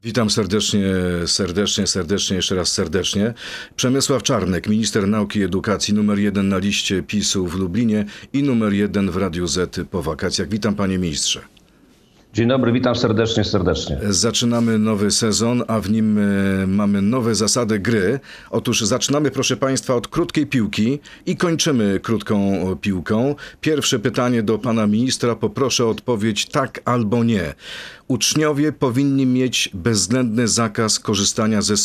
Witam serdecznie, jeszcze raz serdecznie. Przemysław Czarnek, minister nauki i edukacji, numer 1 na liście PiS-u w Lublinie i numer 1 w Radiu Z po wakacjach. Witam, panie ministrze. Dzień dobry, witam serdecznie. Zaczynamy nowy sezon, a w nim mamy nowe zasady gry. Otóż zaczynamy, proszę państwa, od krótkiej piłki i kończymy krótką piłką. Pierwsze pytanie do pana ministra. Poproszę o odpowiedź tak albo nie. Uczniowie powinni mieć bezwzględny zakaz korzystania ze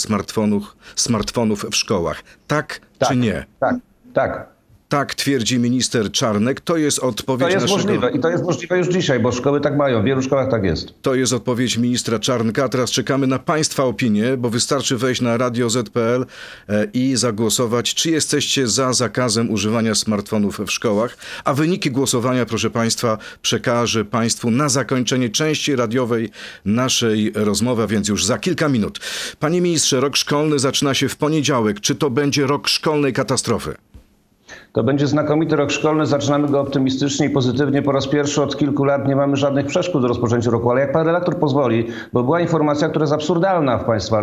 smartfonów w szkołach. Tak czy nie? Tak. Tak twierdzi minister Czarnek. To jest odpowiedź możliwe i to jest możliwe już dzisiaj, bo szkoły tak mają. W wielu szkołach tak jest. To jest odpowiedź ministra Czarnka. A teraz czekamy na państwa opinię, bo wystarczy wejść na radioz.pl i zagłosować, czy jesteście za zakazem używania smartfonów w szkołach. A wyniki głosowania, proszę państwa, przekażę państwu na zakończenie części radiowej naszej rozmowy, a więc już za kilka minut. Panie ministrze, rok szkolny zaczyna się w poniedziałek. Czy to będzie rok szkolnej katastrofy? To będzie znakomity rok szkolny, zaczynamy go optymistycznie i pozytywnie. Po raz pierwszy od kilku lat nie mamy żadnych przeszkód do rozpoczęcia roku, ale jak pan redaktor pozwoli, bo była informacja, która jest absurdalna w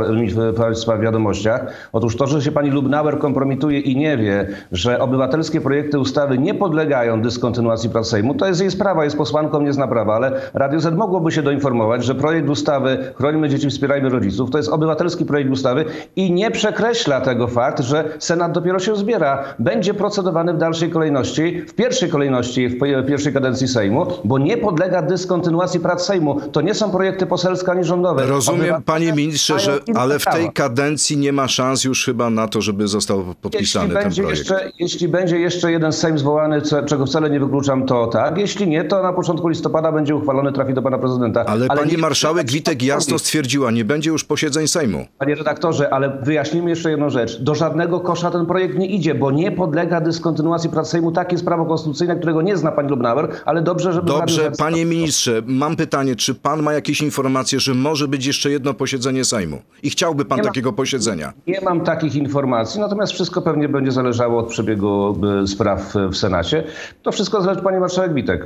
państwa wiadomościach. Otóż to, że się pani Lubnauer kompromituje i nie wie, że obywatelskie projekty ustawy nie podlegają dyskontynuacji prac Sejmu, to jest jej sprawa, jest posłanką, nie zna prawa, ale Radio Z mogłoby się doinformować, że projekt ustawy Chronimy dzieci, wspierajmy rodziców, to jest obywatelski projekt ustawy i nie przekreśla tego fakt, że Senat dopiero się zbiera. Będzie procedowany w dalszej kolejności, w pierwszej kolejności w pierwszej kadencji Sejmu, bo nie podlega dyskontynuacji prac Sejmu. To nie są projekty poselskie ani rządowe. Rozumiem, panie ministrze, że ale w tej kadencji nie ma szans już chyba na to, żeby został podpisany ten projekt. Jeśli będzie jeszcze jeden Sejm zwołany, czego wcale nie wykluczam, to tak. Jeśli nie, to na początku listopada będzie uchwalony, trafi do pana prezydenta. Ale pani marszałek Witek jasno stwierdziła, nie będzie już posiedzeń Sejmu. Panie redaktorze, ale wyjaśnijmy jeszcze jedną rzecz. Do żadnego kosza ten projekt nie idzie, bo nie podlega dyskontynuacji prac Sejmu. Takie jest prawo konstytucyjne, którego nie zna pani Lubnauer, ale dobrze, żeby... Dobrze, panie ministrze, mam pytanie, czy pan ma jakieś informacje, że może być jeszcze jedno posiedzenie Sejmu? I chciałby pan takiego posiedzenia? Nie mam takich informacji, natomiast wszystko pewnie będzie zależało od przebiegu spraw w Senacie. To wszystko zależy od pani marszałek Witek.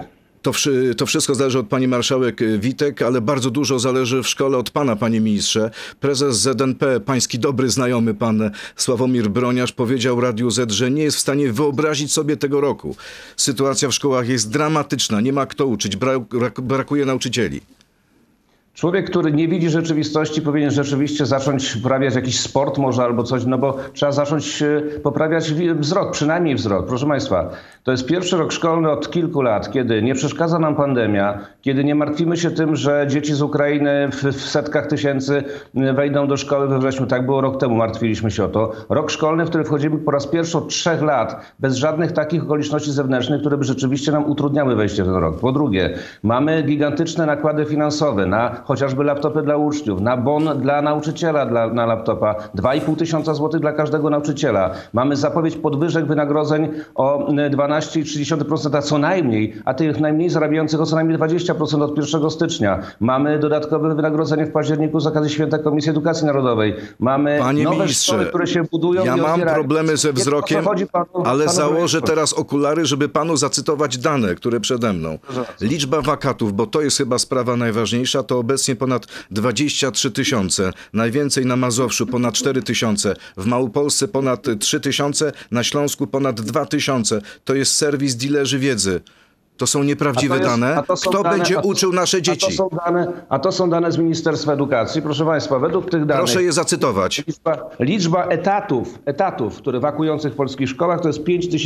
To wszystko zależy od pani marszałek Witek, ale bardzo dużo zależy w szkole od pana, panie ministrze. Prezes ZNP, pański dobry znajomy, pan Sławomir Broniarz, powiedział Radiu Z, że nie jest w stanie wyobrazić sobie tego roku. Sytuacja w szkołach jest dramatyczna, nie ma kto uczyć, brakuje nauczycieli. Człowiek, który nie widzi rzeczywistości, powinien rzeczywiście zacząć poprawiać jakiś sport może albo coś, no bo trzeba zacząć poprawiać wzrok, przynajmniej wzrok. Proszę państwa, to jest pierwszy rok szkolny od kilku lat, kiedy nie przeszkadza nam pandemia, kiedy nie martwimy się tym, że dzieci z Ukrainy w setkach tysięcy wejdą do szkoły we wrześniu. Tak było rok temu, martwiliśmy się o to. Rok szkolny, w który wchodzimy po raz pierwszy od 3 lat, bez żadnych takich okoliczności zewnętrznych, które by rzeczywiście nam utrudniały wejście w ten rok. Po drugie, mamy gigantyczne nakłady finansowe na chociażby laptopy dla uczniów, na bon dla nauczyciela na laptopa, 2,5 tysiąca złotych dla każdego nauczyciela. Mamy zapowiedź podwyżek wynagrodzeń o 12,3% co najmniej, a tych najmniej zarabiających o co najmniej 20% od 1 stycznia. Mamy dodatkowe wynagrodzenie w październiku z okazji Święta Komisji Edukacji Narodowej. Mamy nowe szkoły, które się budują i otwierają. Ja mam problemy ze wzrokiem, ale założę teraz okulary, żeby panu zacytować dane, które przede mną. Liczba wakatów, bo to jest chyba sprawa najważniejsza, to obecnie ponad 23 tysiące, najwięcej na Mazowszu ponad 4 tysiące, w Małopolsce ponad 3 tysiące, na Śląsku ponad 2 tysiące. To jest serwis dilerzy wiedzy. To są nieprawdziwe dane. Kto będzie uczył nasze dzieci? To są dane z Ministerstwa Edukacji. Proszę państwa, według tych danych... Proszę je zacytować. Liczba etatów, które wakujących w polskich szkołach to jest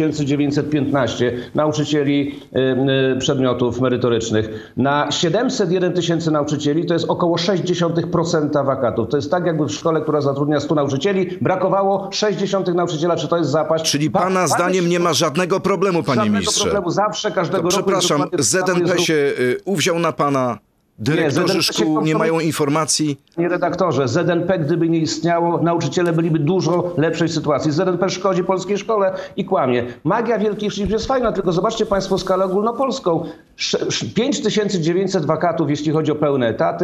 5915 nauczycieli przedmiotów merytorycznych. Na 701 tysięcy nauczycieli to jest około 0,6% wakatów. To jest tak, jakby w szkole, która zatrudnia 100 nauczycieli, brakowało 0,6 nauczyciela. Czy to jest zapaść? Czyli pana zdaniem nie ma żadnego problemu, panie ministrze? Żadnego problemu. Zawsze, każdego roku... Przepraszam, ZNP się uwziął na pana, dyrektorzy szkół nie mają informacji? Panie redaktorze, ZNP gdyby nie istniało, nauczyciele byliby w dużo lepszej sytuacji. ZNP szkodzi polskiej szkole i kłamie. Magia wielkich liczb jest fajna, tylko zobaczcie państwo skalę ogólnopolską. 5900 wakatów, jeśli chodzi o pełne etaty.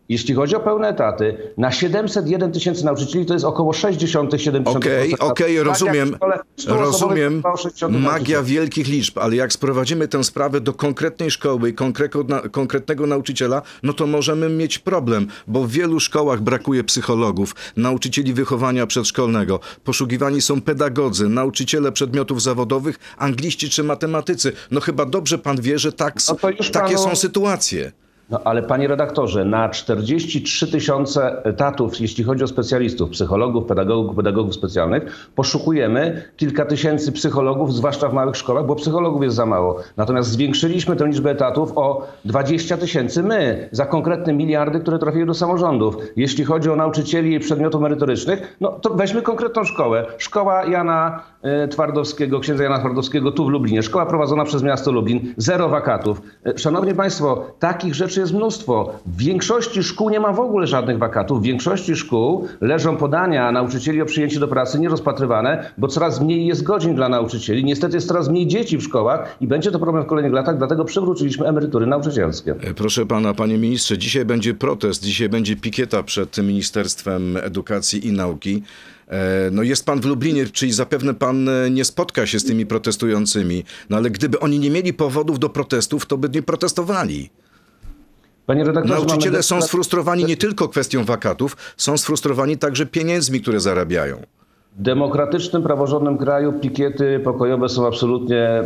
Jeśli chodzi o pełne etaty, na 701 tysięcy nauczycieli to jest około 60-70%. Okej, rozumiem. Magia wielkich liczb, ale jak sprowadzimy tę sprawę do konkretnej szkoły i konkretnego nauczyciela, no to możemy mieć problem, bo w wielu szkołach brakuje psychologów, nauczycieli wychowania przedszkolnego, poszukiwani są pedagodzy, nauczyciele przedmiotów zawodowych, angliści czy matematycy. No chyba dobrze pan wie, że takie są sytuacje. No ale panie redaktorze, na 43 tysiące etatów, jeśli chodzi o specjalistów, psychologów, pedagogów specjalnych, poszukujemy kilka tysięcy psychologów, zwłaszcza w małych szkołach, bo psychologów jest za mało. Natomiast zwiększyliśmy tę liczbę etatów o 20 tysięcy za konkretne miliardy, które trafiły do samorządów. Jeśli chodzi o nauczycieli przedmiotów merytorycznych, no to weźmy konkretną szkołę. Szkoła Jana Twardowskiego, księdza Jana Twardowskiego tu w Lublinie. Szkoła prowadzona przez miasto Lublin. 0 wakatów. Szanowni państwo, takich rzeczy jest mnóstwo. W większości szkół nie ma w ogóle żadnych wakatów. W większości szkół leżą podania nauczycieli o przyjęcie do pracy nierozpatrywane, bo coraz mniej jest godzin dla nauczycieli. Niestety jest coraz mniej dzieci w szkołach i będzie to problem w kolejnych latach, dlatego przywróciliśmy emerytury nauczycielskie. Proszę pana, panie ministrze, dzisiaj będzie protest, dzisiaj będzie pikieta przed Ministerstwem Edukacji i Nauki. No jest pan w Lublinie, czyli zapewne pan nie spotka się z tymi protestującymi. No ale gdyby oni nie mieli powodów do protestów, to by nie protestowali. Panie redaktorze, nauczyciele są sfrustrowani nie tylko kwestią wakatów, są sfrustrowani także pieniędzmi, które zarabiają. W demokratycznym, praworządnym kraju pikiety pokojowe są absolutnie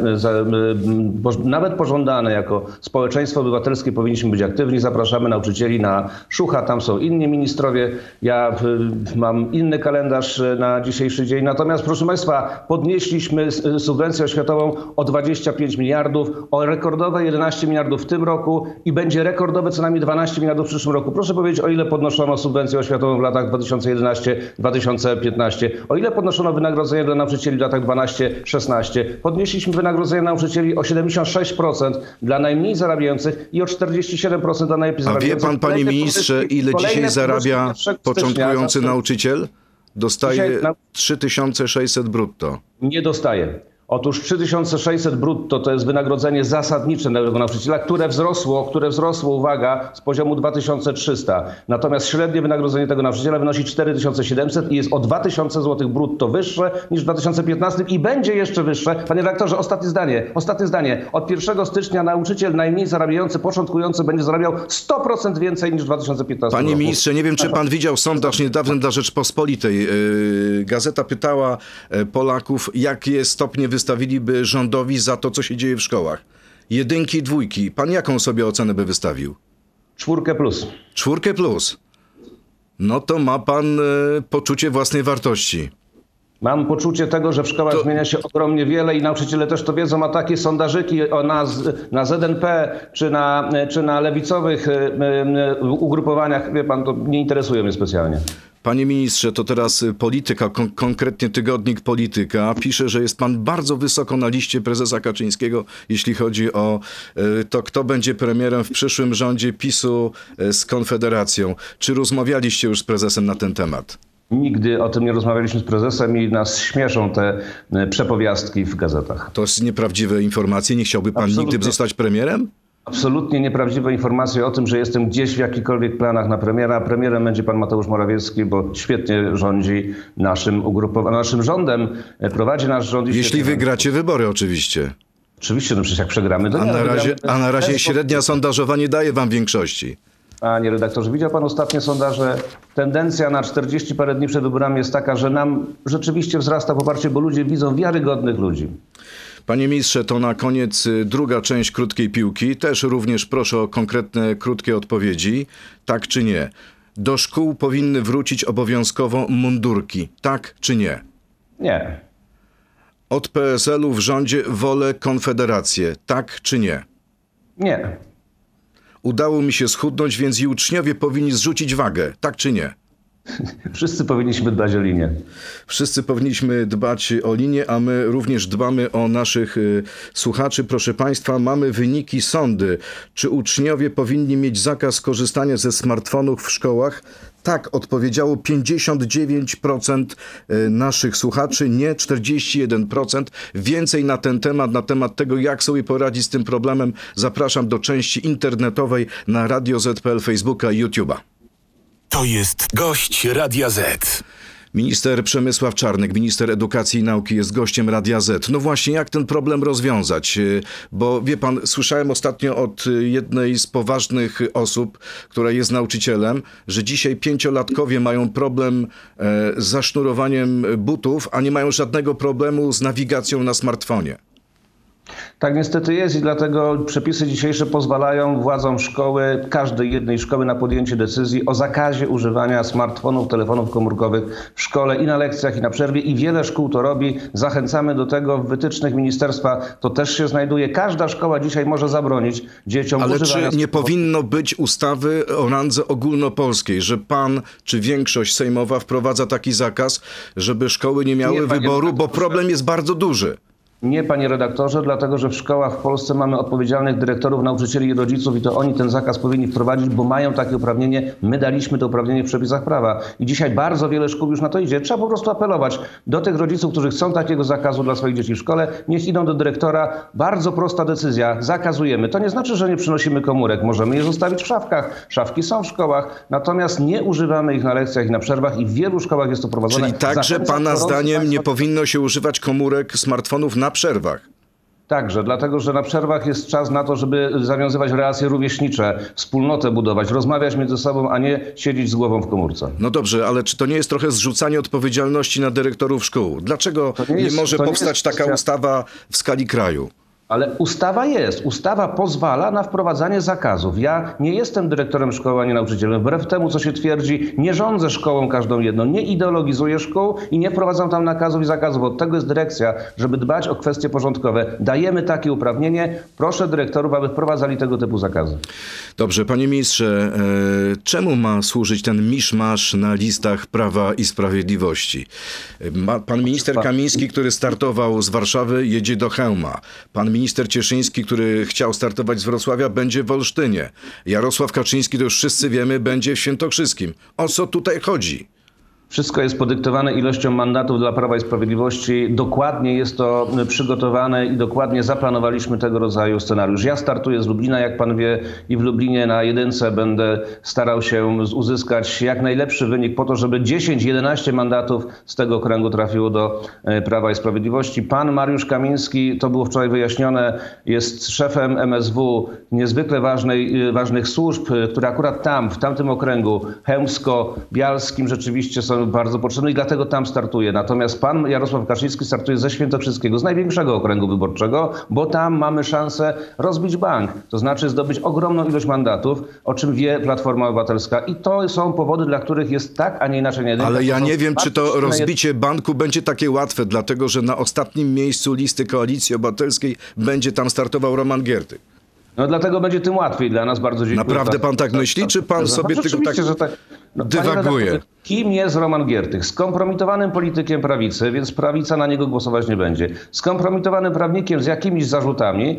nawet pożądane. Jako społeczeństwo obywatelskie powinniśmy być aktywni. Zapraszamy nauczycieli na Szucha, tam są inni ministrowie. Ja mam inny kalendarz na dzisiejszy dzień. Natomiast proszę państwa, podnieśliśmy subwencję oświatową o 25 miliardów, o rekordowe 11 miliardów w tym roku i będzie rekordowe co najmniej 12 miliardów w przyszłym roku. Proszę powiedzieć, o ile podnoszono subwencję oświatową w latach 2011-2015. O ile podnoszono wynagrodzenie dla nauczycieli w latach 12-16? Podnieśliśmy wynagrodzenie nauczycieli o 76% dla najmniej zarabiających i o 47% dla najlepiej zarabiających. A wie pan, panie ministrze, ile dzisiaj zarabia początkujący nauczyciel? Dostaje 3600 brutto. Nie dostaje. Otóż 3600 brutto to jest wynagrodzenie zasadnicze dla nauczyciela, które wzrosło, uwaga, z poziomu 2300. Natomiast średnie wynagrodzenie tego nauczyciela wynosi 4700 i jest o 2000 zł brutto wyższe niż w 2015 i będzie jeszcze wyższe. Panie redaktorze, ostatnie zdanie. Od 1 stycznia nauczyciel najmniej zarabiający, początkujący będzie zarabiał 100% więcej niż w 2015 roku. Panie ministrze, nie wiem, czy pan widział sondaż niedawny dla Rzeczpospolitej. Gazeta pytała Polaków, jakie stopnie wystawiliby rządowi za to, co się dzieje w szkołach. 1 i 2. Pan jaką sobie ocenę by wystawił? 4+. 4+. No to ma pan poczucie własnej wartości. Mam poczucie tego, że w szkołach zmienia się ogromnie wiele i nauczyciele też to wiedzą, a takie sondażyki na ZNP czy na lewicowych ugrupowaniach, wie pan, to nie interesują mnie specjalnie. Panie ministrze, to teraz Polityka, konkretnie tygodnik Polityka, pisze, że jest pan bardzo wysoko na liście prezesa Kaczyńskiego, jeśli chodzi o to, kto będzie premierem w przyszłym rządzie PiS-u z Konfederacją. Czy rozmawialiście już z prezesem na ten temat? Nigdy o tym nie rozmawialiśmy z prezesem i nas śmieszą te przepowiastki w gazetach. To jest nieprawdziwe informacje. Nie chciałby pan nigdy zostać premierem? Absolutnie nieprawdziwe informacje o tym, że jestem gdzieś w jakichkolwiek planach na premiera. Premierem będzie pan Mateusz Morawiecki, bo świetnie rządzi naszym rządem, prowadzi nasz rząd. Jeśli wygracie wybory oczywiście. Oczywiście, no przecież jak przegramy... A na razie średnia sondażowa nie daje wam większości. Panie redaktorze, widział pan ostatnie sondaże? Tendencja na 40 parę dni przed wyborami jest taka, że nam rzeczywiście wzrasta poparcie, bo ludzie widzą wiarygodnych ludzi. Panie ministrze, to na koniec druga część krótkiej piłki. Też również proszę o konkretne, krótkie odpowiedzi. Tak czy nie? Do szkół powinny wrócić obowiązkowo mundurki. Tak czy nie? Nie. Od PSL-u w rządzie wolę Konfederację. Tak czy nie? Nie. Udało mi się schudnąć, więc i uczniowie powinni zrzucić wagę. Tak czy nie? Wszyscy powinniśmy dbać o linię. Wszyscy powinniśmy dbać o linię, a my również dbamy o naszych słuchaczy. Proszę państwa, mamy wyniki sądy. Czy uczniowie powinni mieć zakaz korzystania ze smartfonów w szkołach? Tak odpowiedziało 59% naszych słuchaczy, nie 41%. Więcej na ten temat, na temat tego, jak sobie poradzić z tym problemem, zapraszam do części internetowej na Radio Z.pl, Facebooka i YouTube'a. To jest gość Radia Z. Minister Przemysław Czarnek, minister edukacji i nauki, jest gościem Radia Z. No właśnie, jak ten problem rozwiązać? Bo wie pan, słyszałem ostatnio od jednej z poważnych osób, która jest nauczycielem, że dzisiaj 5-latkowie mają problem z zasznurowaniem butów, a nie mają żadnego problemu z nawigacją na smartfonie. Tak niestety jest i dlatego przepisy dzisiejsze pozwalają władzom szkoły, każdej jednej szkoły na podjęcie decyzji o zakazie używania smartfonów, telefonów komórkowych w szkole i na lekcjach i na przerwie i wiele szkół to robi. Zachęcamy do tego, w wytycznych ministerstwa to też się znajduje. Każda szkoła dzisiaj może zabronić dzieciom używania. Ale czy nie powinno być ustawy o randze ogólnopolskiej, że pan czy większość sejmowa wprowadza taki zakaz, żeby szkoły nie miały wyboru, bo problem jest bardzo duży? Nie, panie redaktorze, dlatego że w szkołach w Polsce mamy odpowiedzialnych dyrektorów, nauczycieli i rodziców i to oni ten zakaz powinni wprowadzić, bo mają takie uprawnienie. My daliśmy to uprawnienie w przepisach prawa. I dzisiaj bardzo wiele szkół już na to idzie. Trzeba po prostu apelować do tych rodziców, którzy chcą takiego zakazu dla swoich dzieci w szkole. Niech idą do dyrektora. Bardzo prosta decyzja. Zakazujemy. To nie znaczy, że nie przynosimy komórek. Możemy je zostawić w szafkach. Szafki są w szkołach. Natomiast nie używamy ich na lekcjach i na przerwach i w wielu szkołach jest to prowadzone. Czyli także pana zdaniem nie powinno się używać komórek, smartfonów na przerwach? Także, dlatego że na przerwach jest czas na to, żeby zawiązywać relacje rówieśnicze, wspólnotę budować, rozmawiać między sobą, a nie siedzieć z głową w komórce. No dobrze, ale czy to nie jest trochę zrzucanie odpowiedzialności na dyrektorów szkół? Dlaczego nie może powstać taka ustawa w skali kraju? Ale ustawa jest. Ustawa pozwala na wprowadzanie zakazów. Ja nie jestem dyrektorem szkoły ani nauczycielem. Wbrew temu, co się twierdzi, nie rządzę szkołą każdą jedną. Nie ideologizuję szkół i nie wprowadzam tam nakazów i zakazów. Od tego jest dyrekcja, żeby dbać o kwestie porządkowe. Dajemy takie uprawnienie. Proszę dyrektorów, aby wprowadzali tego typu zakazy. Dobrze, panie ministrze, czemu ma służyć ten miszmasz na listach Prawa i Sprawiedliwości? Pan minister Kamiński, który startował z Warszawy, jedzie do Chełma. Pan minister Cieszyński, który chciał startować z Wrocławia, będzie w Olsztynie. Jarosław Kaczyński, to już wszyscy wiemy, będzie w Świętokrzyskim. O co tutaj chodzi? Wszystko jest podyktowane ilością mandatów dla Prawa i Sprawiedliwości. Dokładnie jest to przygotowane i dokładnie zaplanowaliśmy tego rodzaju scenariusz. Ja startuję z Lublina, jak pan wie, i w Lublinie na jedynce będę starał się uzyskać jak najlepszy wynik po to, żeby 10-11 mandatów z tego okręgu trafiło do Prawa i Sprawiedliwości. Pan Mariusz Kamiński, to było wczoraj wyjaśnione, jest szefem MSW niezwykle ważnych służb, które akurat tam, w tamtym okręgu chełmsko-bialskim rzeczywiście są bardzo potrzebny i dlatego tam startuje. Natomiast pan Jarosław Kaczyński startuje ze Świętokrzyskiego, z największego okręgu wyborczego, bo tam mamy szansę rozbić bank. To znaczy zdobyć ogromną ilość mandatów, o czym wie Platforma Obywatelska. I to są powody, dla których jest tak, a nie inaczej. Nie Ale ja nie wiem, czy to rozbicie banku będzie takie łatwe, dlatego że na ostatnim miejscu listy Koalicji Obywatelskiej będzie tam startował Roman Giertych. No dlatego będzie tym łatwiej dla nas. Bardzo dziękuję. Naprawdę pan tak myśli, czy pan sobie tylko tak dywaguje? Kim jest Roman Giertych? Skompromitowanym politykiem prawicy, więc prawica na niego głosować nie będzie. Skompromitowanym prawnikiem z jakimiś zarzutami,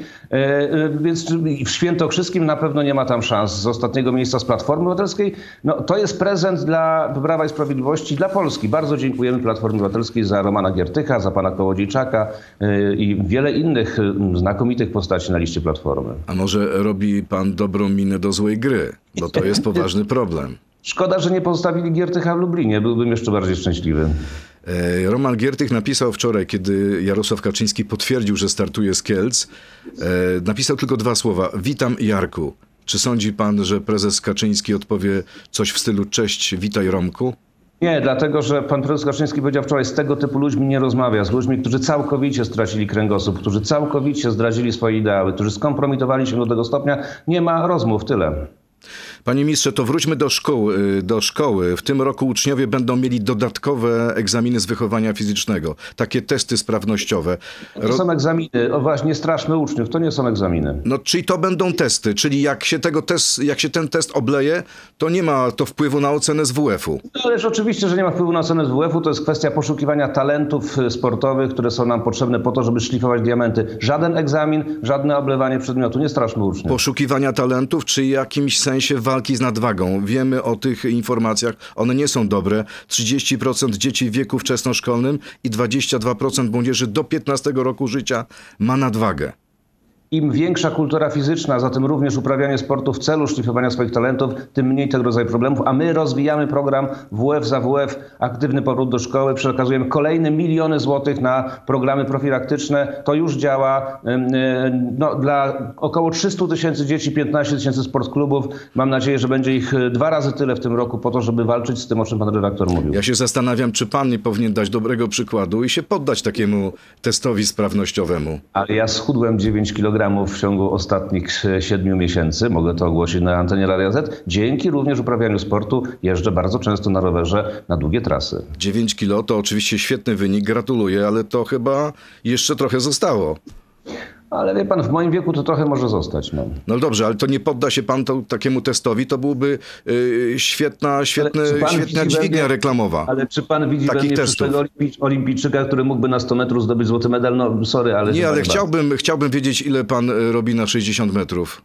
więc w Świętokrzyskim na pewno nie ma tam szans. Z ostatniego miejsca z Platformy Obywatelskiej. No, to jest prezent dla Prawa i Sprawiedliwości, dla Polski. Bardzo dziękujemy Platformie Obywatelskiej za Romana Giertycha, za pana Kołodziejczaka i wiele innych znakomitych postaci na liście Platformy. A może robi pan dobrą minę do złej gry? Bo to jest poważny problem. Szkoda, że nie pozostawili Giertycha w Lublinie. Byłbym jeszcze bardziej szczęśliwy. Roman Giertych napisał wczoraj, kiedy Jarosław Kaczyński potwierdził, że startuje z Kielc, napisał tylko 2 słowa. Witam, Jarku. Czy sądzi pan, że prezes Kaczyński odpowie coś w stylu cześć, witaj, Romku? Nie, dlatego że pan prezes Kaczyński powiedział wczoraj, z tego typu ludźmi nie rozmawia. Z ludźmi, którzy całkowicie stracili kręgosłup, którzy całkowicie zdradzili swoje ideały, którzy skompromitowali się do tego stopnia. Nie ma rozmów, tyle. Panie ministrze, to wróćmy do szkoły. W tym roku uczniowie będą mieli dodatkowe egzaminy z wychowania fizycznego. Takie testy sprawnościowe. To są egzaminy. O właśnie, nie straszmy uczniów. To nie są egzaminy. No, czyli to będą testy. Czyli jak się ten test obleje, to nie ma to wpływu na ocenę z WF-u. No, ależ oczywiście, że nie ma wpływu na ocenę z WF-u. To jest kwestia poszukiwania talentów sportowych, które są nam potrzebne po to, żeby szlifować diamenty. Żaden egzamin, żadne oblewanie przedmiotu. Nie straszmy uczniów. Poszukiwania talentów, czy w jakimś sensie walki z nadwagą. Wiemy o tych informacjach, one nie są dobre. 30% dzieci w wieku wczesnoszkolnym i 22% młodzieży do 15 roku życia ma nadwagę. Im większa kultura fizyczna, zatem również uprawianie sportu w celu szlifowania swoich talentów, tym mniej tego rodzaju problemów. A my rozwijamy program WF za WF, aktywny powrót do szkoły. Przekazujemy kolejne miliony złotych na programy profilaktyczne. To już działa dla około 300 000 dzieci, 15 000 sportklubów. Mam nadzieję, że będzie ich 2 razy tyle w tym roku po to, żeby walczyć z tym, o czym pan redaktor mówił. Ja się zastanawiam, czy pan nie powinien dać dobrego przykładu i się poddać takiemu testowi sprawnościowemu. Ale ja schudłem 9 kg w ciągu ostatnich 7 miesięcy. Mogę to ogłosić na antenie Radia Z. Dzięki również uprawianiu sportu jeżdżę bardzo często na rowerze na długie trasy. 9 kilo to oczywiście świetny wynik, gratuluję, ale to chyba jeszcze trochę zostało. Ale wie pan, w moim wieku to trochę może zostać. No Dobrze, ale to nie podda się pan takiemu testowi, to byłby świetna dźwignia reklamowa. Ale czy pan widzi we mnie przyszłego olimpijczyka, który mógłby na 100 metrów zdobyć złoty medal? No sorry, ale... Nie, ale chciałbym wiedzieć, ile pan robi na 60 metrów.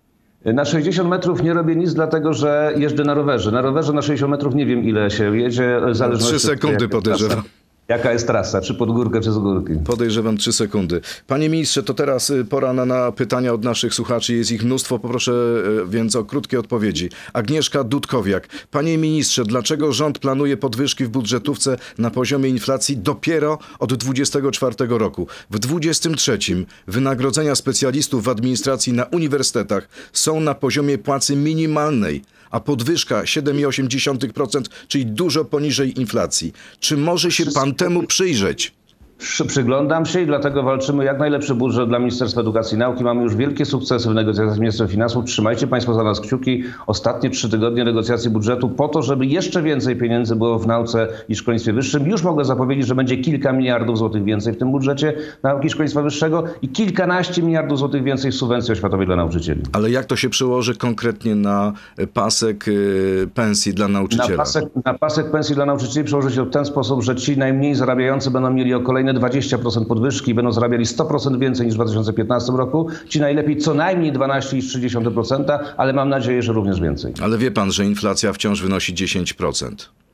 Na 60 metrów nie robię nic, dlatego że jeżdżę na rowerze. Na rowerze na 60 metrów nie wiem, ile się jedzie. 3 sekundy podejrzewam. Jaka jest trasa? Czy pod górkę, czy z górki? Podejrzewam 3 sekundy. Panie ministrze, to teraz pora na pytania od naszych słuchaczy. Jest ich mnóstwo, poproszę więc o krótkie odpowiedzi. Agnieszka Dudkowiak. Panie ministrze, dlaczego rząd planuje podwyżki w budżetówce na poziomie inflacji dopiero od 2024 roku? W 2023 wynagrodzenia specjalistów w administracji na uniwersytetach są na poziomie płacy minimalnej, a podwyżka 7,8%, czyli dużo poniżej inflacji. Czy może się pan temu przyjrzeć? Przyglądam się i dlatego walczymy jak najlepszy budżet dla Ministerstwa Edukacji i Nauki. Mamy już wielkie sukcesy w negocjacjach z Ministerstwem Finansów. Trzymajcie państwo za nas kciuki. Ostatnie 3 tygodnie negocjacji budżetu po to, żeby jeszcze więcej pieniędzy było w nauce i szkolnictwie wyższym. Już mogę zapowiedzieć, że będzie kilka miliardów złotych więcej w tym budżecie nauki i szkolnictwa wyższego i kilkanaście miliardów złotych więcej w subwencji oświatowej dla nauczycieli. Ale jak to się przełoży konkretnie na pasek pensji dla nauczyciela? Na pasek pensji dla nauczycieli przełoży się w ten sposób, że ci najmniej zarabiający będą mieli o kolejne 20% podwyżki, będą zarabiali 100% więcej niż w 2015 roku. Ci najlepiej co najmniej 12,3%, ale mam nadzieję, że również więcej. Ale wie pan, że inflacja wciąż wynosi 10%.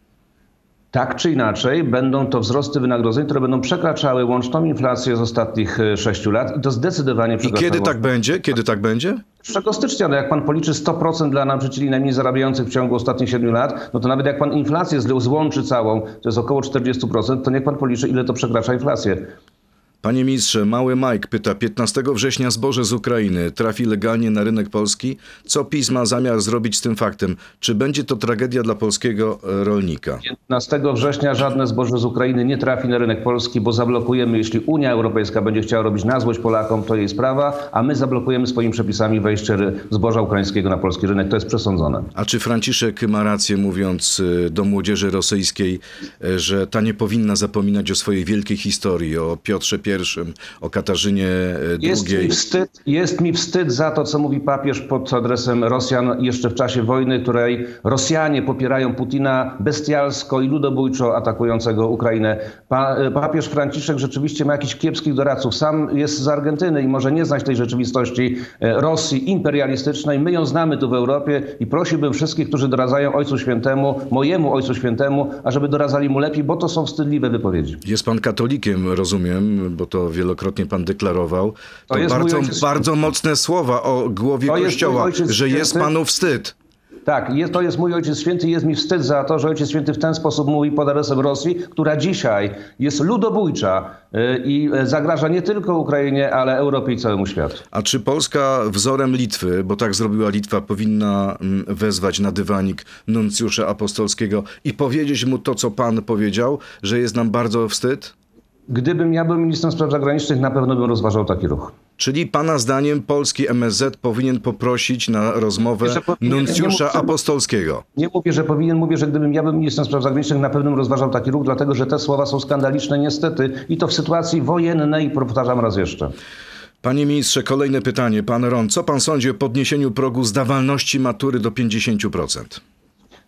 Tak czy inaczej będą to wzrosty wynagrodzeń, które będą przekraczały łączną inflację z ostatnich 6 lat i to zdecydowanie przekraczało. I kiedy tak będzie? Kiedy tak będzie? 1 stycznia, jak pan policzy 100% dla nauczycieli najmniej zarabiających w ciągu ostatnich 7 lat, no to nawet jak pan inflację złączy całą, to jest około 40%, to niech pan policzy, ile to przekracza inflację. Panie ministrze, mały Mike pyta, 15 września zboże z Ukrainy trafi legalnie na rynek polski. Co PiS ma zamiar zrobić z tym faktem? Czy będzie to tragedia dla polskiego rolnika? 15 września żadne zboże z Ukrainy nie trafi na rynek polski, bo zablokujemy, jeśli Unia Europejska będzie chciała robić na złość Polakom, to jej sprawa, a my zablokujemy swoimi przepisami wejście zboża ukraińskiego na polski rynek. To jest przesądzone. A czy Franciszek ma rację, mówiąc do młodzieży rosyjskiej, że ta nie powinna zapominać o swojej wielkiej historii, o Piotrze I, o Katarzynie II? Jest mi wstyd za to, co mówi papież pod adresem Rosjan jeszcze w czasie wojny, której Rosjanie popierają Putina bestialsko i ludobójczo atakującego Ukrainę. Papież Franciszek rzeczywiście ma jakichś kiepskich doradców. Sam jest z Argentyny i może nie znać tej rzeczywistości Rosji imperialistycznej. My ją znamy tu w Europie i prosiłbym wszystkich, którzy doradzają Ojcu Świętemu, mojemu Ojcu Świętemu, ażeby doradzali mu lepiej, bo to są wstydliwe wypowiedzi. Jest pan katolikiem, rozumiem, bo to wielokrotnie pan deklarował. To bardzo mocne słowa o głowie Kościoła, że jest panu wstyd. Tak, to jest mój Ojciec Święty i jest mi wstyd za to, że Ojciec Święty w ten sposób mówi pod adresem Rosji, która dzisiaj jest ludobójcza i zagraża nie tylko Ukrainie, ale Europie i całemu światu. A czy Polska wzorem Litwy, bo tak zrobiła Litwa, powinna wezwać na dywanik nuncjusza apostolskiego i powiedzieć mu to, co pan powiedział, że jest nam bardzo wstyd? Gdybym ja był ministrem spraw zagranicznych, na pewno bym rozważał taki ruch. Czyli pana zdaniem polski MSZ powinien poprosić na rozmowę nuncjusza apostolskiego? Nie mówię, że powinien. Mówię, że gdybym ja był ministrem spraw zagranicznych, na pewno bym rozważał taki ruch, dlatego że te słowa są skandaliczne niestety i to w sytuacji wojennej, powtarzam raz jeszcze. Panie ministrze, kolejne pytanie. Pan Ron, co pan sądzi o podniesieniu progu zdawalności matury do 50%?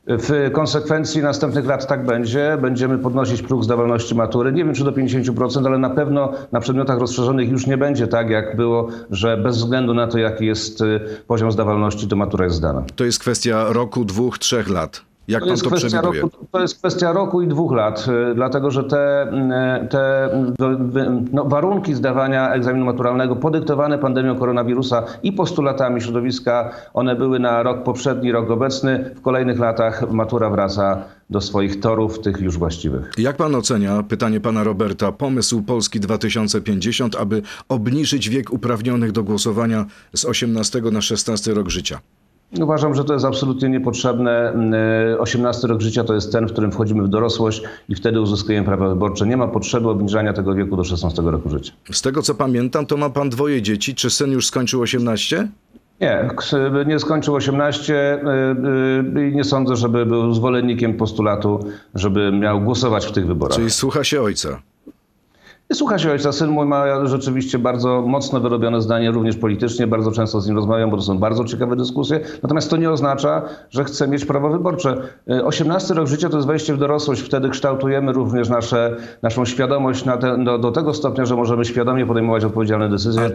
W konsekwencji następnych lat tak będzie. Będziemy podnosić próg zdawalności matury. Nie wiem, czy do 50%, ale na pewno na przedmiotach rozszerzonych już nie będzie tak, jak było, że bez względu na to, jaki jest poziom zdawalności, to matura jest zdana. To jest kwestia roku, 2, 3 lat. Jak pan to przewiduje? To jest kwestia roku i 2 lat, dlatego że te warunki zdawania egzaminu maturalnego podyktowane pandemią koronawirusa i postulatami środowiska, one były na rok poprzedni, rok obecny. W kolejnych latach matura wraca do swoich torów, tych już właściwych. Jak pan ocenia, pytanie pana Roberta, pomysł Polski 2050, aby obniżyć wiek uprawnionych do głosowania z 18 na 16 rok życia? Uważam, że to jest absolutnie niepotrzebne. 18 rok życia to jest ten, w którym wchodzimy w dorosłość i wtedy uzyskujemy prawa wyborcze. Nie ma potrzeby obniżania tego wieku do 16 roku życia. Z tego co pamiętam, to ma pan 2 dzieci. Czy syn już skończył 18? Nie skończył 18 i nie sądzę, żeby był zwolennikiem postulatu, żeby miał głosować w tych wyborach. Czyli słucha się ojca. Słucha się ojca. Syn mój ma rzeczywiście bardzo mocno wyrobione zdanie, również politycznie. Bardzo często z nim rozmawiam, bo to są bardzo ciekawe dyskusje. Natomiast to nie oznacza, że chce mieć prawo wyborcze. 18 rok życia to jest wejście w dorosłość. Wtedy kształtujemy również naszą świadomość do tego stopnia, że możemy świadomie podejmować odpowiedzialne decyzje.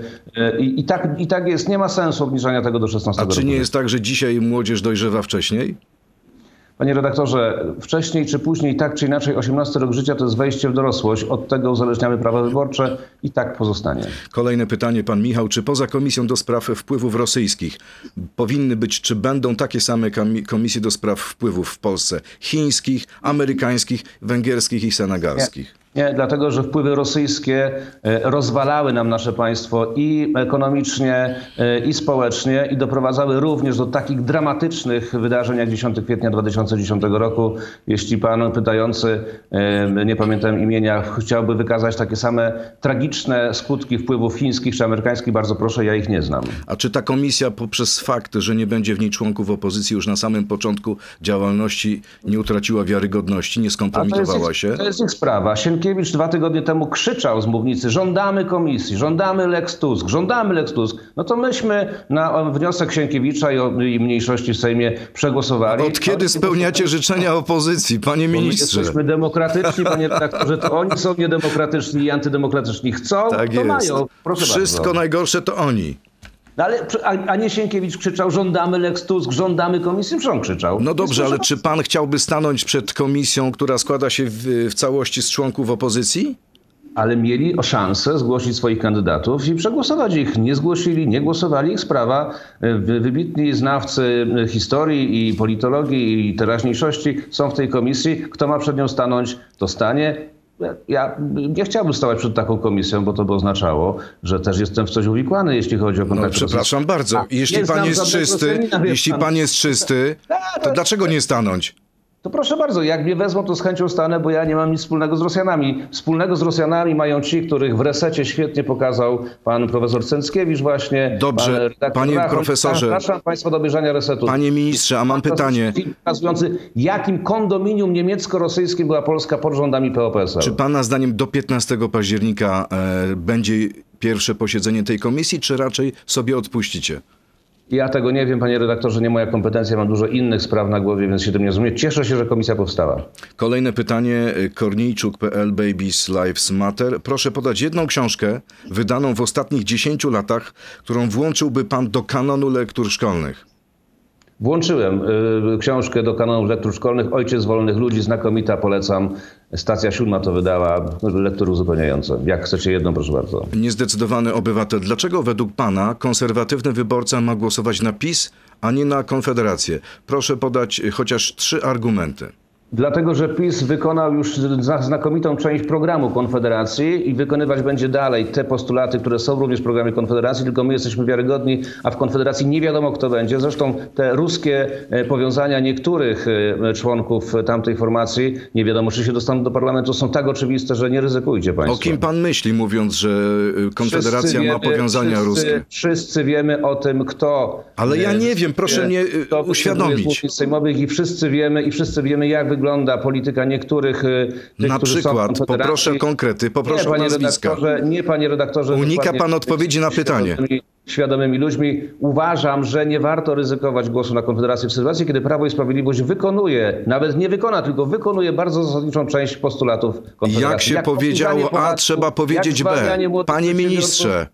I tak jest. Nie ma sensu obniżania tego do 16 roku. A czy nie jest tak, że dzisiaj młodzież dojrzewa wcześniej? Panie redaktorze, wcześniej czy później, tak czy inaczej, 18 rok życia to jest wejście w dorosłość. Od tego uzależniamy prawa wyborcze i tak pozostanie. Kolejne pytanie, pan Michał. Czy poza Komisją do Spraw Wpływów Rosyjskich powinny być, czy będą takie same komisje do spraw wpływów w Polsce? Chińskich, amerykańskich, węgierskich i senegalskich? Nie, dlatego że wpływy rosyjskie rozwalały nam nasze państwo i ekonomicznie, i społecznie i doprowadzały również do takich dramatycznych wydarzeń jak 10 kwietnia 2010 roku. Jeśli pan pytający, nie pamiętam imienia, chciałby wykazać takie same tragiczne skutki wpływów chińskich czy amerykańskich, bardzo proszę, ja ich nie znam. A czy ta komisja poprzez fakt, że nie będzie w niej członków opozycji już na samym początku działalności nie utraciła wiarygodności, nie skompromitowała się? To jest ich sprawa. Sienkiewicz 2 tygodnie temu krzyczał z mównicy: żądamy komisji, żądamy Lex Tusk, żądamy Lex Tusk. No to myśmy na wniosek Sienkiewicza i mniejszości w Sejmie przegłosowali. Od kiedy spełniacie życzenia opozycji, panie ministrze? Jesteśmy demokratyczni, panie redaktorze, to oni są niedemokratyczni i antydemokratyczni. Chcą, tak to jest. mają. Proszę Wszystko bardzo. Najgorsze to oni. A nie Sienkiewicz krzyczał: żądamy Lex Tusk, żądamy komisji? Przecież on krzyczał. No dobrze, ale czy pan chciałby stanąć przed komisją, która składa się w całości z członków opozycji? Ale mieli szansę zgłosić swoich kandydatów i przegłosować ich. Nie zgłosili, nie głosowali. Ich sprawa. Wybitni znawcy historii i politologii i teraźniejszości są w tej komisji. Kto ma przed nią stanąć, to stanie. Ja nie chciałbym stawać przed taką komisją, bo to by oznaczało, że też jestem w coś uwikłany, jeśli chodzi o kontakty. No, przepraszam bardzo. Jeśli pan jest czysty, to dlaczego nie stanąć? To proszę bardzo, jak mnie wezmą, to z chęcią stanę, bo ja nie mam nic wspólnego z Rosjanami. Wspólnego z Rosjanami mają ci, których w resecie świetnie pokazał pan profesor Cęckiewicz właśnie. Dobrze, panie profesorze. Zapraszam państwa do obejrzenia resetu. Panie ministrze, a mam pytanie. Pokazujący, jakim kondominium niemiecko-rosyjskim była Polska pod rządami PO-PSL. Czy pana zdaniem do 15 października będzie pierwsze posiedzenie tej komisji, czy raczej sobie odpuścicie? Ja tego nie wiem, panie redaktorze, nie moja kompetencja, mam dużo innych spraw na głowie, więc się tym nie rozumiem. Cieszę się, że komisja powstała. Kolejne pytanie, Kornijczuk.pl, Babies Lives Matter. Proszę podać jedną książkę wydaną w ostatnich 10 latach, którą włączyłby pan do kanonu lektur szkolnych. Włączyłem książkę do kanonu lektur szkolnych. Ojciec wolnych ludzi, znakomita, polecam. Stacja 7 to wydała, lektury uzupełniające. Jak chcecie jedną, proszę bardzo. Niezdecydowany obywatel. Dlaczego według pana konserwatywny wyborca ma głosować na PiS, a nie na Konfederację? Proszę podać chociaż 3 argumenty. Dlatego, że PiS wykonał już znakomitą część programu Konfederacji i wykonywać będzie dalej te postulaty, które są również w programie Konfederacji, tylko my jesteśmy wiarygodni, a w Konfederacji nie wiadomo, kto będzie. Zresztą te ruskie powiązania niektórych członków tamtej formacji, nie wiadomo, czy się dostaną do parlamentu, są tak oczywiste, że nie ryzykujcie państwo. O kim pan myśli, mówiąc, że Konfederacja ma powiązania ruskie? Wszyscy wiemy o tym, kto... Ale ja nie wiem, proszę mnie uświadomić. Sejmowych i wszyscy wiemy, jak wygląda polityka niektórych tych, na przykład, poproszę konkrety, poproszę o nazwiska. Nie, panie redaktorze. Unika pan odpowiedzi na pytanie. świadomymi ludźmi. Uważam, że nie warto ryzykować głosu na Konfederację w sytuacji, kiedy Prawo i Sprawiedliwość wykonuje, nawet nie wykona, tylko wykonuje bardzo zasadniczą część postulatów Konfederacji. Jak się powiedziało A, trzeba powiedzieć B. Panie ministrze.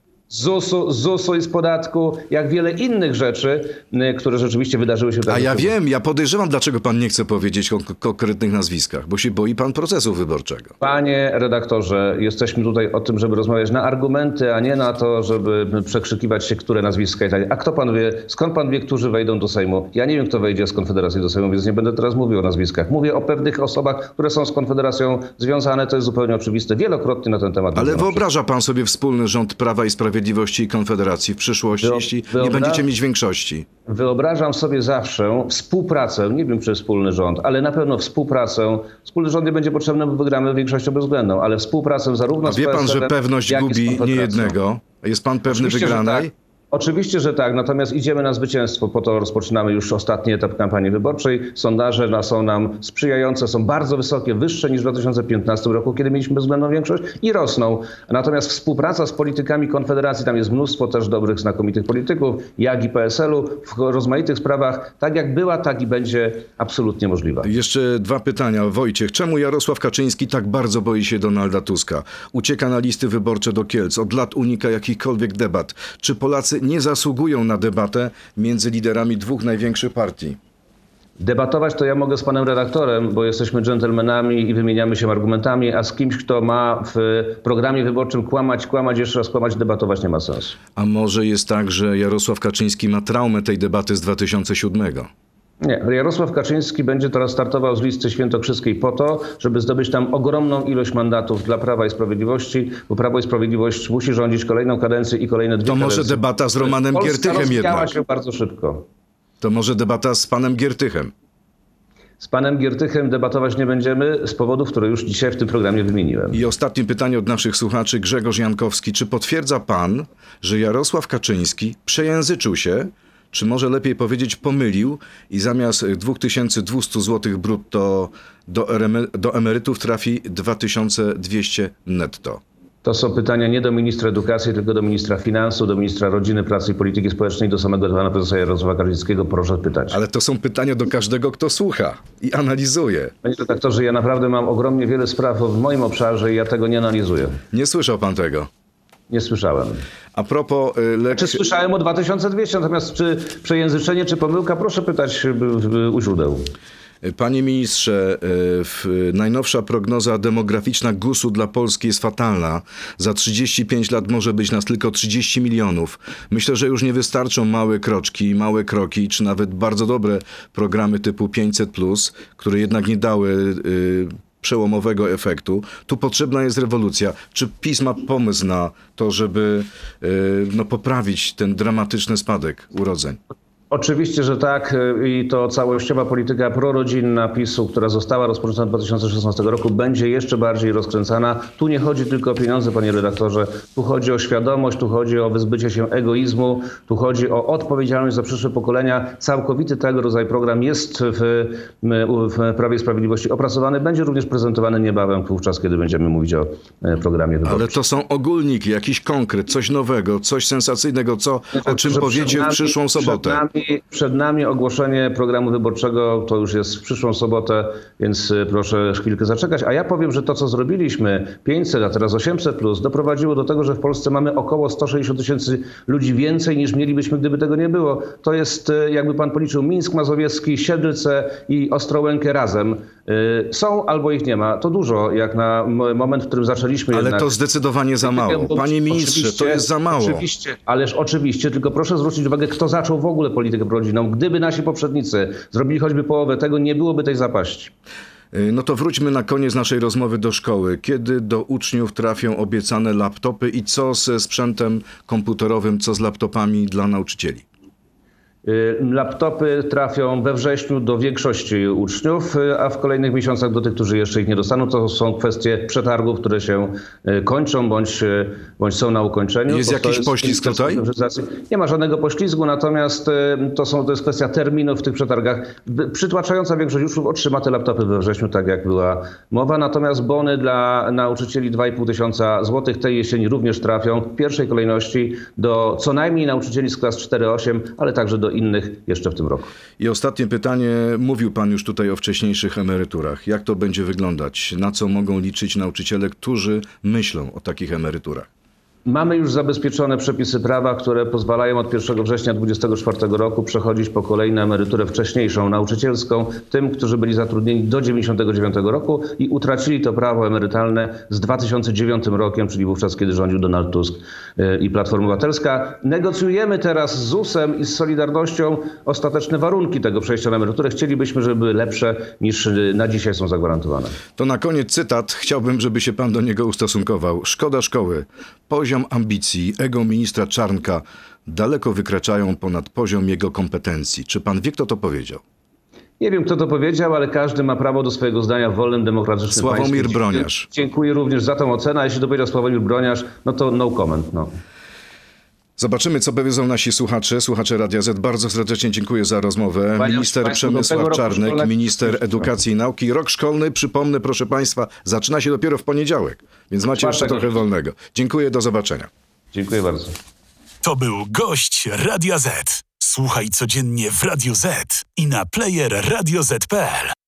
ZUS-u i z podatku, jak wiele innych rzeczy, które rzeczywiście wydarzyły się. A ja wiem, ja podejrzewam, dlaczego pan nie chce powiedzieć o konkretnych nazwiskach, bo się boi pan procesu wyborczego. Panie redaktorze, jesteśmy tutaj o tym, żeby rozmawiać na argumenty, a nie na to, żeby przekrzykiwać się, które nazwiska i tak. A kto pan wie, skąd pan wie, którzy wejdą do Sejmu? Ja nie wiem, kto wejdzie z Konfederacji do Sejmu, więc nie będę teraz mówił o nazwiskach. Mówię o pewnych osobach, które są z Konfederacją związane, to jest zupełnie oczywiste. Wielokrotnie na ten temat. Ale wyobraża pan sobie wspólny rząd Prawa i Sprawiedliwości i Konfederacji w przyszłości, jeśli nie będziecie mieć większości? Wyobrażam sobie zawsze współpracę, nie wiem czy wspólny rząd, ale na pewno współpracę. Wspólny rząd nie będzie potrzebny, bo wygramy większością bezwzględną, ale współpracę zarówno z PSL-em, wie pan, że pewność gubi niejednego? Jest pan pewny wygranej? Oczywiście, że tak. Natomiast idziemy na zwycięstwo. Po to rozpoczynamy już ostatni etap kampanii wyborczej. Sondaże są nam sprzyjające, są bardzo wysokie, wyższe niż w 2015 roku, kiedy mieliśmy bezwzględną większość i rosną. Natomiast współpraca z politykami Konfederacji, tam jest mnóstwo też dobrych, znakomitych polityków, jak i PSL-u w rozmaitych sprawach, tak jak była, tak i będzie absolutnie możliwa. Jeszcze dwa pytania. Wojciech, czemu Jarosław Kaczyński tak bardzo boi się Donalda Tuska? Ucieka na listy wyborcze do Kielc, od lat unika jakichkolwiek debat. Czy Polacy nie zasługują na debatę między liderami dwóch największych partii? Debatować to ja mogę z panem redaktorem, bo jesteśmy dżentelmenami i wymieniamy się argumentami, a z kimś, kto ma w programie wyborczym kłamać, jeszcze raz kłamać, debatować nie ma sensu. A może jest tak, że Jarosław Kaczyński ma traumę tej debaty z 2007? Nie, Jarosław Kaczyński będzie teraz startował z listy świętokrzyskiej po to, żeby zdobyć tam ogromną ilość mandatów dla Prawa i Sprawiedliwości, bo Prawo i Sprawiedliwość musi rządzić kolejną kadencję i kolejne dwie kadencje. To może debata z Romanem Giertychem jednak. Się bardzo szybko. To może debata z panem Giertychem. Z panem Giertychem debatować nie będziemy z powodów, które już dzisiaj w tym programie wymieniłem. I ostatnie pytanie od naszych słuchaczy. Grzegorz Jankowski. Czy potwierdza pan, że Jarosław Kaczyński przejęzyczył się, czy może lepiej powiedzieć pomylił i zamiast 2200 zł brutto do emerytów trafi 2200 netto? To są pytania nie do ministra edukacji, tylko do ministra finansów, do ministra rodziny, pracy i polityki społecznej, do samego pana profesora Jarosława Kaczyńskiego. Proszę pytać. Ale to są pytania do każdego, kto słucha i analizuje. Panie redaktorze, ja naprawdę mam ogromnie wiele spraw w moim obszarze i ja tego nie analizuję. Nie słyszał pan tego? Nie słyszałem. A propos Czy słyszałem o 2200, natomiast czy przejęzyczenie, czy pomyłka, proszę pytać u źródeł. Panie ministrze, najnowsza prognoza demograficzna GUS-u dla Polski jest fatalna. Za 35 lat może być nas tylko 30 milionów. Myślę, że już nie wystarczą małe kroczki, małe kroki, czy nawet bardzo dobre programy typu 500+, które jednak nie dały przełomowego efektu. Tu potrzebna jest rewolucja. Czy PiS ma pomysł na to, żeby poprawić ten dramatyczny spadek urodzeń? Oczywiście, że tak i to całościowa polityka prorodzinna PiS-u, która została rozpoczęta w 2016 roku, będzie jeszcze bardziej rozkręcana. Tu nie chodzi tylko o pieniądze, panie redaktorze, tu chodzi o świadomość, tu chodzi o wyzbycie się egoizmu, tu chodzi o odpowiedzialność za przyszłe pokolenia. Całkowity tego rodzaju program jest w Prawie i Sprawiedliwości opracowany, będzie również prezentowany niebawem, wówczas, kiedy będziemy mówić o programie wyborczym. Ale to są ogólniki, jakiś konkret, coś nowego, coś sensacyjnego, o czym powiecie w przyszłą sobotę. Przed nami ogłoszenie programu wyborczego, to już jest w przyszłą sobotę, więc proszę chwilkę zaczekać. A ja powiem, że to, co zrobiliśmy, 500, a teraz 800+, doprowadziło do tego, że w Polsce mamy około 160 000 ludzi więcej niż mielibyśmy, gdyby tego nie było. To jest, jakby pan policzył, Mińsk Mazowiecki, Siedlce i Ostrołękę razem. Są albo ich nie ma. To dużo, jak na moment, w którym zaczęliśmy. Ale jednak to zdecydowanie za mało. Panie ministrze, to jest za mało. Oczywiście, ależ oczywiście, tylko proszę zwrócić uwagę, kto zaczął w ogóle politykę prorodzinną. Gdyby nasi poprzednicy zrobili choćby połowę tego, nie byłoby tej zapaści. No to wróćmy na koniec naszej rozmowy do szkoły. Kiedy do uczniów trafią obiecane laptopy i co ze sprzętem komputerowym, co z laptopami dla nauczycieli? Laptopy trafią we wrześniu do większości uczniów, a w kolejnych miesiącach do tych, którzy jeszcze ich nie dostaną. To są kwestie przetargów, które się kończą bądź są na ukończeniu. Jest jakiś poślizg tutaj? Nie ma żadnego poślizgu, natomiast to jest kwestia terminów w tych przetargach. Przytłaczająca większość uczniów otrzyma te laptopy we wrześniu, tak jak była mowa. Natomiast bony dla nauczycieli 2,5 tysiąca złotych tej jesieni również trafią w pierwszej kolejności do co najmniej nauczycieli z klas 4-8, ale także do innych jeszcze w tym roku. I ostatnie pytanie. Mówił pan już tutaj o wcześniejszych emeryturach. Jak to będzie wyglądać? Na co mogą liczyć nauczyciele, którzy myślą o takich emeryturach? Mamy już zabezpieczone przepisy prawa, które pozwalają od 1 września 2024 roku przechodzić po kolei na emeryturę wcześniejszą, nauczycielską, tym, którzy byli zatrudnieni do 1999 roku i utracili to prawo emerytalne z 2009 rokiem, czyli wówczas, kiedy rządził Donald Tusk i Platforma Obywatelska. Negocjujemy teraz z ZUS-em i z Solidarnością ostateczne warunki tego przejścia na emeryturę. Chcielibyśmy, żeby były lepsze niż na dzisiaj są zagwarantowane. To na koniec cytat. Chciałbym, żeby się pan do niego ustosunkował. Szkoda szkoły. Poziom ambicji, ego ministra Czarnka daleko wykraczają ponad poziom jego kompetencji. Czy pan wie, kto to powiedział? Nie wiem, kto to powiedział, ale każdy ma prawo do swojego zdania w wolnym, demokratycznym państwie. Sławomir Broniarz. Dziękuję również za tą ocenę. A jeśli to powiedział Sławomir Broniarz, no to no comment. No. Zobaczymy, co powiedzą nasi słuchacze Radia Z. Bardzo serdecznie dziękuję za rozmowę. Minister Przemysław Czarnek, minister edukacji i nauki. Rok szkolny, przypomnę, proszę państwa, zaczyna się dopiero w poniedziałek, więc macie jeszcze trochę wolnego. Dziękuję, do zobaczenia. Dziękuję bardzo. To był gość Radia Z. Słuchaj codziennie w Radio Z i na player radioz.pl.